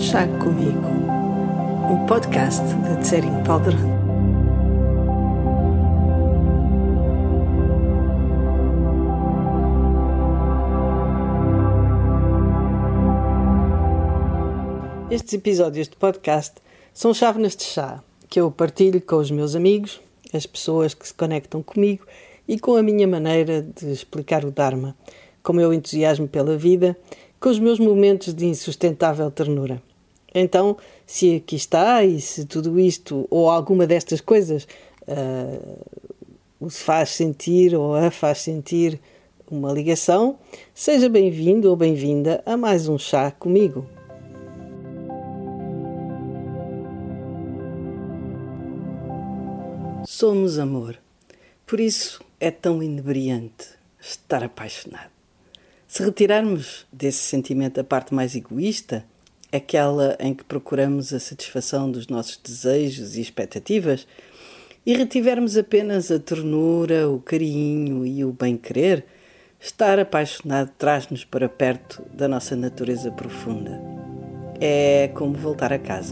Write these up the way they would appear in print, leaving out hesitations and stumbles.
Chá Comigo, um podcast de Tsering Palderan. Estes episódios de podcast são chávenas de chá que eu partilho com os meus amigos, as pessoas que se conectam comigo e com a minha maneira de explicar o Dharma, com o meu entusiasmo pela vida, com os meus momentos de insustentável ternura. Então, se aqui está e se tudo isto ou alguma destas coisas o faz sentir ou a faz sentir uma ligação, seja bem-vindo ou bem-vinda a mais um chá comigo. Somos amor. Por isso é tão inebriante estar apaixonado. Se retirarmos desse sentimento a parte mais egoísta, aquela em que procuramos a satisfação dos nossos desejos e expectativas, e retivermos apenas a ternura, o carinho e o bem-querer, estar apaixonado traz-nos para perto da nossa natureza profunda. É como voltar a casa.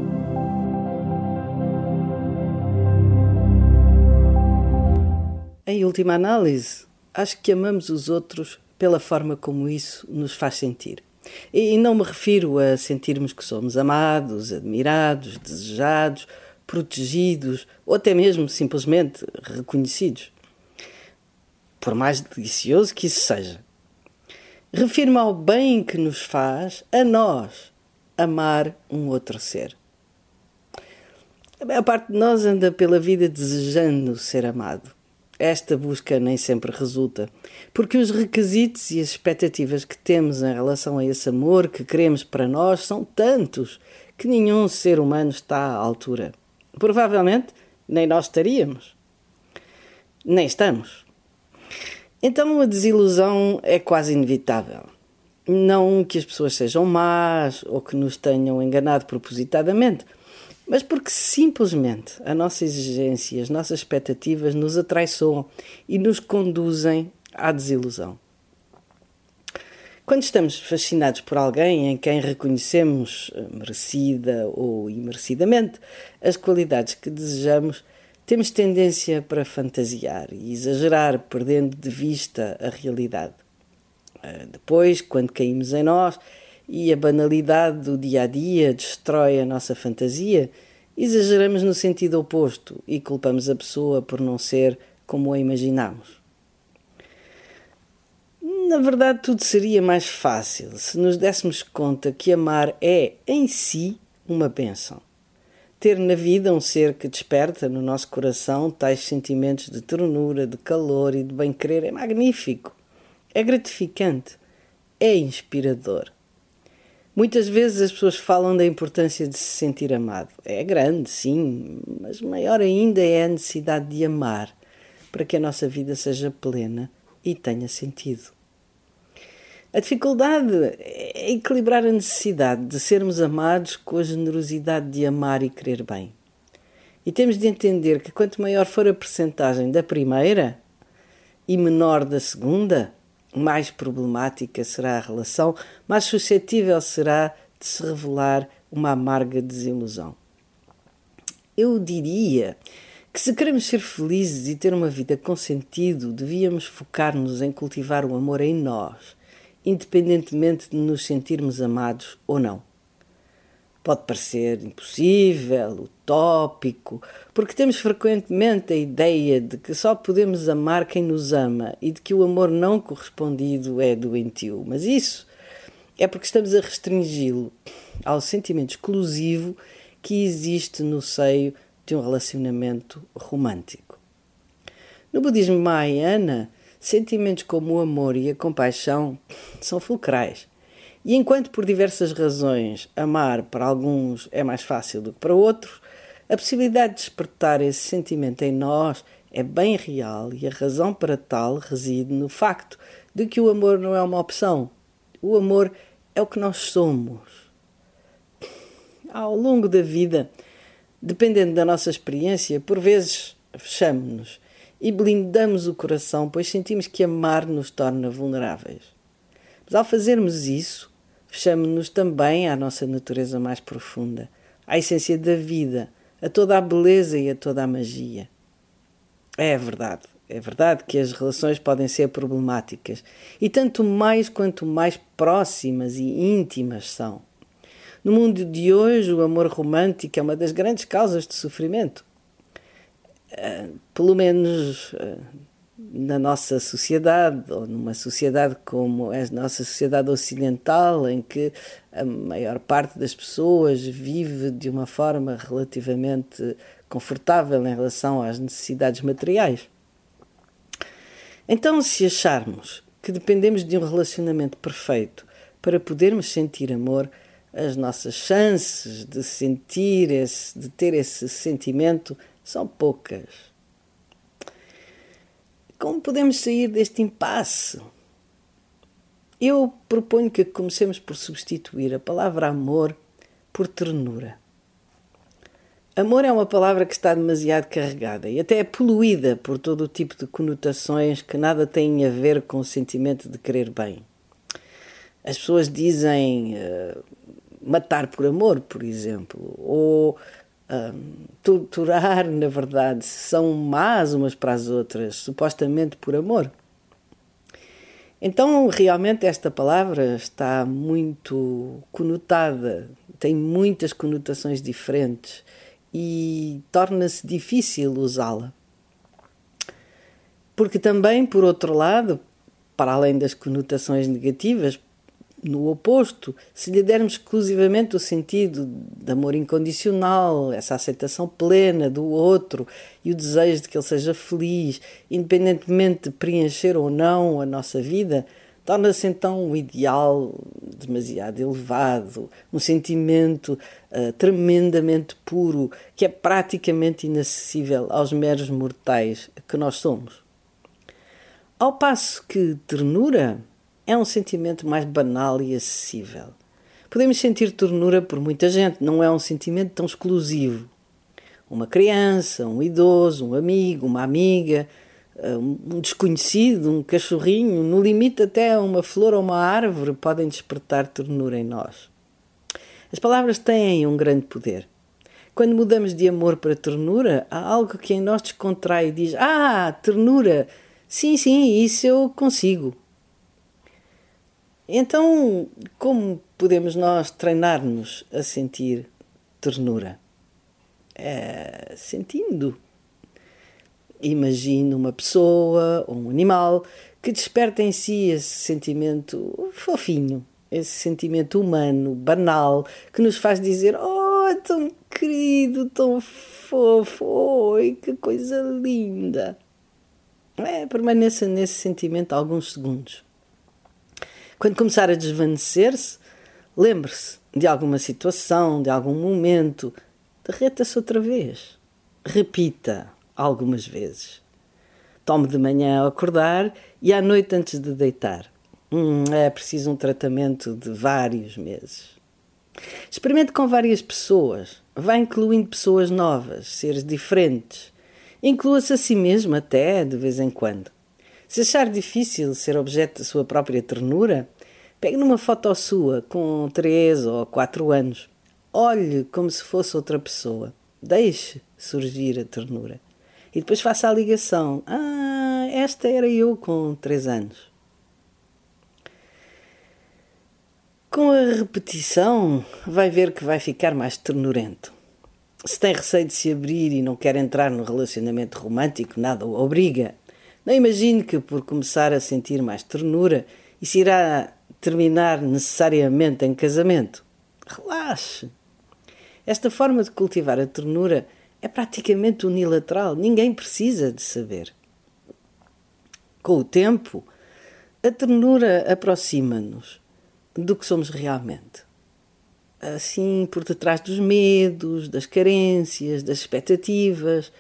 Em última análise, acho que amamos os outros pela forma como isso nos faz sentir. E não me refiro a sentirmos que somos amados, admirados, desejados, protegidos ou até mesmo simplesmente reconhecidos. Por mais delicioso que isso seja. Refiro-me ao bem que nos faz, a nós, amar um outro ser. A maior parte de nós anda pela vida desejando ser amado. Esta busca nem sempre resulta, porque os requisitos e as expectativas que temos em relação a esse amor que queremos para nós são tantos que nenhum ser humano está à altura. Provavelmente nem nós estaríamos. Nem estamos. Então a desilusão é quase inevitável. Não que as pessoas sejam más ou que nos tenham enganado propositadamente, mas porque simplesmente a nossa exigência e as nossas expectativas nos atraiçoam e nos conduzem à desilusão. Quando estamos fascinados por alguém em quem reconhecemos, merecida ou imerecidamente, as qualidades que desejamos, temos tendência para fantasiar e exagerar, perdendo de vista a realidade. Depois, quando caímos em nós, e a banalidade do dia-a-dia destrói a nossa fantasia, exageramos no sentido oposto e culpamos a pessoa por não ser como a imaginamos. Na verdade, tudo seria mais fácil se nos dessemos conta que amar é, em si, uma bênção. Ter na vida um ser que desperta no nosso coração tais sentimentos de ternura, de calor e de bem-querer é magnífico, é gratificante, é inspirador. Muitas vezes as pessoas falam da importância de se sentir amado. É grande, sim, mas maior ainda é a necessidade de amar para que a nossa vida seja plena e tenha sentido. A dificuldade é equilibrar a necessidade de sermos amados com a generosidade de amar e querer bem. E temos de entender que quanto maior for a percentagem da primeira e menor da segunda, mais problemática será a relação, mais suscetível será de se revelar uma amarga desilusão. Eu diria que se queremos ser felizes e ter uma vida com sentido, devíamos focar-nos em cultivar o amor em nós, independentemente de nos sentirmos amados ou não. Pode parecer impossível, utópico, porque temos frequentemente a ideia de que só podemos amar quem nos ama e de que o amor não correspondido é doentio. Mas isso é porque estamos a restringi-lo ao sentimento exclusivo que existe no seio de um relacionamento romântico. No budismo Mahayana, sentimentos como o amor e a compaixão são fulcrais. E enquanto por diversas razões amar para alguns é mais fácil do que para outros, a possibilidade de despertar esse sentimento em nós é bem real e a razão para tal reside no facto de que o amor não é uma opção. O amor é o que nós somos. Ao longo da vida, dependendo da nossa experiência, por vezes fechamo-nos e blindamos o coração, pois sentimos que amar nos torna vulneráveis. Mas ao fazermos isso, Fechamos-nos também à nossa natureza mais profunda, à essência da vida, a toda a beleza e a toda a magia. É verdade que as relações podem ser problemáticas, e tanto mais quanto mais próximas e íntimas são. No mundo de hoje, o amor romântico é uma das grandes causas de sofrimento. Pelo menos na nossa sociedade, ou numa sociedade como é a nossa sociedade ocidental, em que a maior parte das pessoas vive de uma forma relativamente confortável em relação às necessidades materiais. Então, se acharmos que dependemos de um relacionamento perfeito para podermos sentir amor, as nossas chances de ter esse sentimento são poucas. Como podemos sair deste impasse? Eu proponho que comecemos por substituir a palavra amor por ternura. Amor é uma palavra que está demasiado carregada e até é poluída por todo o tipo de conotações que nada têm a ver com o sentimento de querer bem. As pessoas dizem matar por amor, por exemplo, ou torturar, na verdade, são más umas para as outras, supostamente por amor. Então, realmente, esta palavra está muito conotada, tem muitas conotações diferentes e torna-se difícil usá-la. Porque também, por outro lado, para além das conotações negativas, no oposto, se lhe dermos exclusivamente o sentido de amor incondicional, essa aceitação plena do outro e o desejo de que ele seja feliz, independentemente de preencher ou não a nossa vida, torna-se então um ideal demasiado elevado, um sentimento tremendamente puro, que é praticamente inacessível aos meros mortais que nós somos. Ao passo que ternura é um sentimento mais banal e acessível. Podemos sentir ternura por muita gente, não é um sentimento tão exclusivo. Uma criança, um idoso, um amigo, uma amiga, um desconhecido, um cachorrinho, no limite até uma flor ou uma árvore podem despertar ternura em nós. As palavras têm um grande poder. Quando mudamos de amor para ternura, há algo que em nós descontrai e diz: ternura, sim, isso eu consigo. Então, como podemos nós treinar-nos a sentir ternura? Sentindo. Imagine uma pessoa ou um animal que desperta em si esse sentimento fofinho, esse sentimento humano, banal, que nos faz dizer: oh, tão querido, tão fofo, oi, que coisa linda. Permaneça nesse sentimento alguns segundos. Quando começar a desvanecer-se, lembre-se de alguma situação, de algum momento, derreta-se outra vez. Repita algumas vezes. Tome de manhã ao acordar e à noite antes de deitar. É preciso um tratamento de vários meses. Experimente com várias pessoas. Vá incluindo pessoas novas, seres diferentes. Inclua-se a si mesmo até, de vez em quando. Se achar difícil ser objeto da sua própria ternura, pegue numa foto sua com 3 ou 4 anos. Olhe como se fosse outra pessoa. Deixe surgir a ternura. E depois faça a ligação. Esta era eu com 3 anos. Com a repetição, vai ver que vai ficar mais ternurento. Se tem receio de se abrir e não quer entrar no relacionamento romântico, nada o obriga. Não imagine que por começar a sentir mais ternura, isso irá terminar necessariamente em casamento. Relaxe. Esta forma de cultivar a ternura é praticamente unilateral. Ninguém precisa de saber. Com o tempo, a ternura aproxima-nos do que somos realmente. Assim, por detrás dos medos, das carências, das expectativas,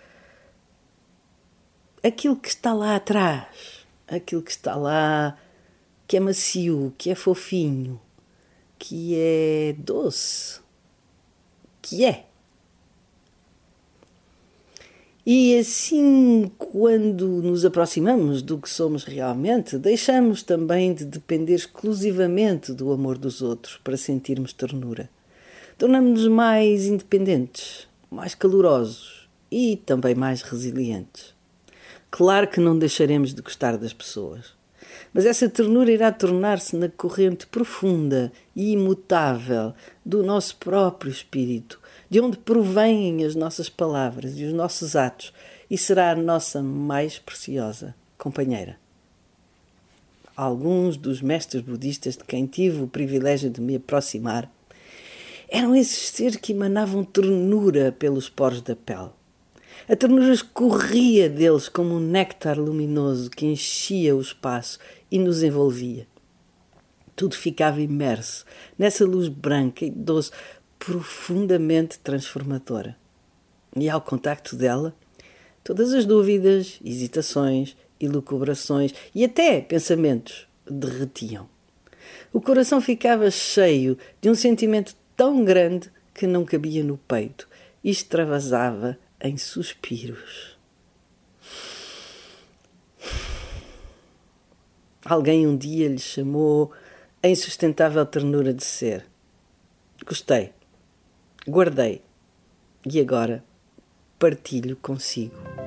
aquilo que está lá atrás, aquilo que está lá, que é macio, que é fofinho, que é doce, que é. E assim, quando nos aproximamos do que somos realmente, deixamos também de depender exclusivamente do amor dos outros para sentirmos ternura. Tornamos-nos mais independentes, mais calorosos e também mais resilientes. Claro que não deixaremos de gostar das pessoas, mas essa ternura irá tornar-se na corrente profunda e imutável do nosso próprio espírito, de onde provêm as nossas palavras e os nossos atos, e será a nossa mais preciosa companheira. Alguns dos mestres budistas de quem tive o privilégio de me aproximar eram esses seres que emanavam ternura pelos poros da pele. A ternura escorria deles como um néctar luminoso que enchia o espaço e nos envolvia. Tudo ficava imerso nessa luz branca e doce, profundamente transformadora. E ao contacto dela, todas as dúvidas, hesitações, elucubrações e até pensamentos derretiam. O coração ficava cheio de um sentimento tão grande que não cabia no peito e extravasava em suspiros. Alguém um dia lhe chamou a insustentável ternura de ser. Gostei, guardei e agora partilho consigo.